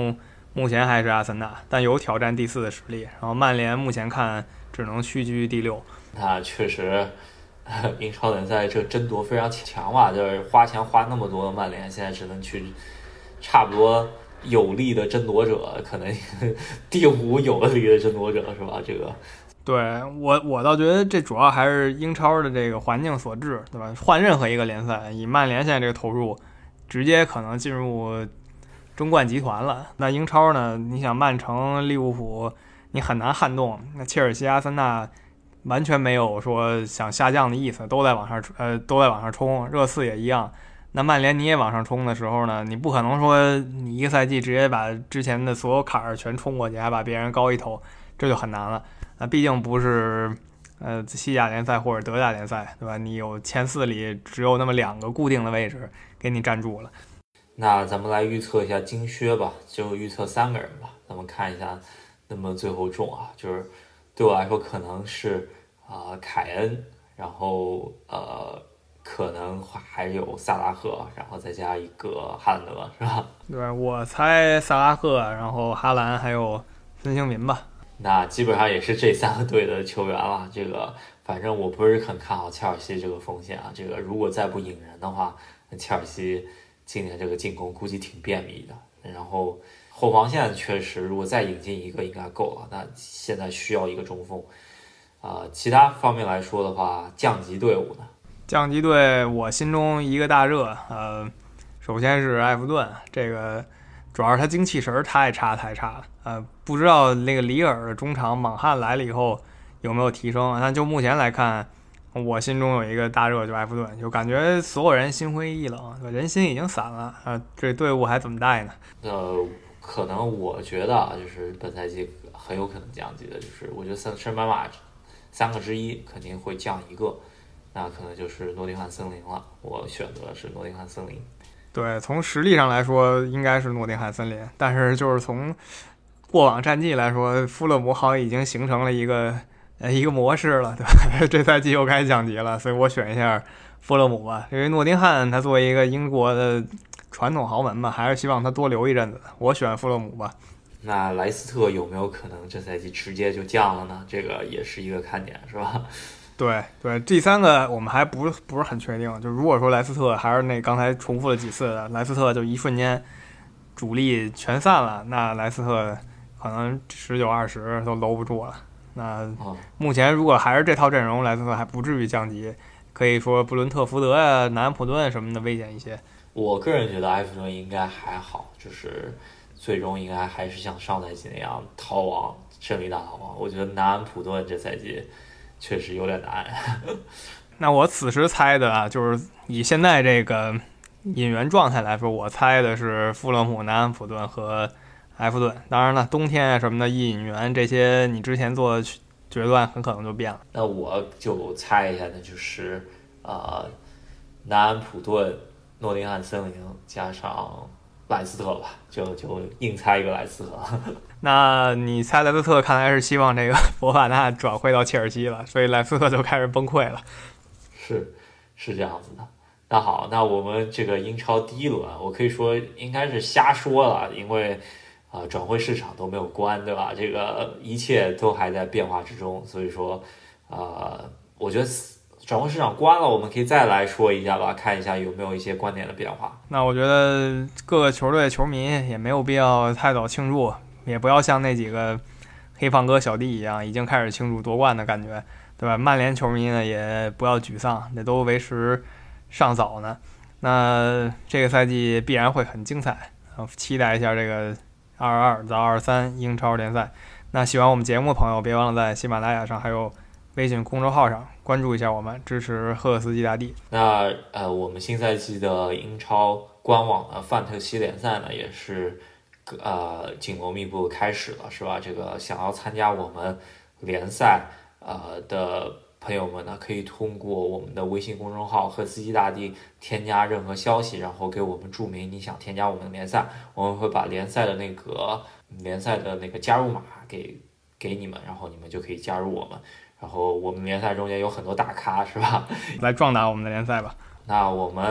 S2: 目前还是阿森纳，但有挑战第4的实力。然后曼联目前看只能屈居第6。
S1: 那确实，英超联赛这争夺非常强吧？就是花钱花那么多的曼联，现在只能去差不多有力的争夺者，可能第5有力的争夺者是吧？这个。
S2: 对我倒觉得这主要还是英超的这个环境所致，对吧？换任何一个联赛，以曼联现在这个投入，直接可能进入争冠集团了。那英超呢？你想曼城、利物浦，你很难撼动。那切尔西、阿森纳完全没有说想下降的意思，都在往上冲。热刺也一样。那曼联你也往上冲的时候呢，你不可能说你一个赛季直接把之前的所有坎儿全冲过去，还把别人高一头，这就很难了。毕竟不是西甲联赛或者德甲联赛，对吧？你有前4里只有那么2个固定的位置给你占住了。
S1: 那咱们来预测一下金靴吧，就预测3个人吧，咱们看一下能不能最后中啊。就是对我来说可能是凯恩，然后可能还有萨拉赫，然后再加一个哈兰德，是吧？
S2: 对，我猜萨拉赫，然后哈兰还有孙兴民吧。
S1: 那基本上也是这3个队的球员了。这个反正我不是很看好切尔西这个锋线啊。这个如果再不引人的话，那切尔西今年这个进攻估计挺便秘的。然后后防线确实，如果再引进一个应该够了。那现在需要一个中锋。其他方面来说的话，降级队伍呢？
S2: 降级队我心中一个大热，首先是埃弗顿，这个主要是他精气神太差了。不知道那个里尔中场莽汉来了以后有没有提升。但就目前来看，我心中有一个大热，就埃弗顿，就感觉所有人心灰意冷，人心已经散了这队伍还怎么带呢？
S1: 可能我觉得就是本赛季很有可能降级的，就是我觉得升班马3个之一肯定会降一个，那可能就是诺丁汉森林了。我选择的是诺丁汉森林。
S2: 对，从实力上来说应该是诺丁汉森林，但是就是从过往战绩来说，富勒姆好像已经形成了一个模式了，对吧？这赛季又该降级了，所以我选一下富勒姆吧。因为诺丁汉他作为一个英国的传统豪门嘛，还是希望他多留一阵子。我选富勒姆吧。
S1: 那莱斯特有没有可能这赛季直接就降了呢？这个也是一个看点，是吧？
S2: 对，这3个我们还不是很确定。就如果说莱斯特还是那刚才重复了几次的，莱斯特就一瞬间主力全散了，那莱斯特可能19、20都搂不住了。那目前如果还是这套阵容，莱斯特还不至于降级，可以说布伦特福德呀、南安普顿什么的危险一些。
S1: 我个人觉得埃弗顿应该还好，就是最终应该还是像上赛季那样逃亡，胜利大逃亡。我觉得南安普顿这赛季确实有点难。
S2: 那我此时猜的就是以现在这个引援状态来说，我猜的是富勒姆、南安普顿和埃弗顿。当然了，冬天啊什么的引援这些，你之前做的决断很可能就变了。
S1: 那我就猜一下，那就是南安普顿、诺丁汉森林加上莱斯特吧，就硬猜一个莱斯特。
S2: 那你猜莱斯特看来是希望这个博法纳转会到切尔西了，所以莱斯特就开始崩溃了。
S1: 是这样子的。那好，那我们这个英超第一轮，我可以说应该是瞎说了，因为转会市场都没有关，对吧？这个一切都还在变化之中，所以说我觉得转会市场关了，我们可以再来说一下吧，看一下有没有一些观点的变化。
S2: 那我觉得各个球队球迷也没有必要太早庆祝，也不要像那几个黑胖哥小弟一样已经开始庆祝夺冠的感觉，对吧？曼联球迷呢也不要沮丧，这都为时尚早呢。那这个赛季必然会很精彩，期待一下这个22到23英超联赛。那喜欢我们节目的朋友，别忘了在喜马拉雅上还有微信公众号上关注一下我们，支持赫斯基大帝。
S1: 那我们新赛季的英超官网的范特西联赛呢，也是紧锣密布开始了，是吧？这个想要参加我们联赛的朋友们呢，可以通过我们的微信公众号赫斯基大帝添加任何消息，然后给我们注明你想添加我们的联赛，我们会把联赛的那个加入码给你们，然后你们就可以加入我们。然后我们联赛中间有很多大咖，是吧？
S2: 来壮大我们的联赛吧。
S1: 那我们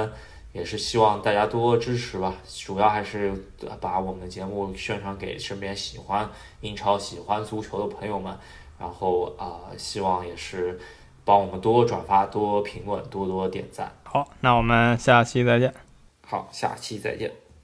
S1: 也是希望大家多支持吧，主要还是把我们的节目宣传给身边喜欢英超、喜欢足球的朋友们，然后希望也是帮我们多转发、多评论、多点赞。
S2: 好，那我们下期再见。
S1: 好，下期再见。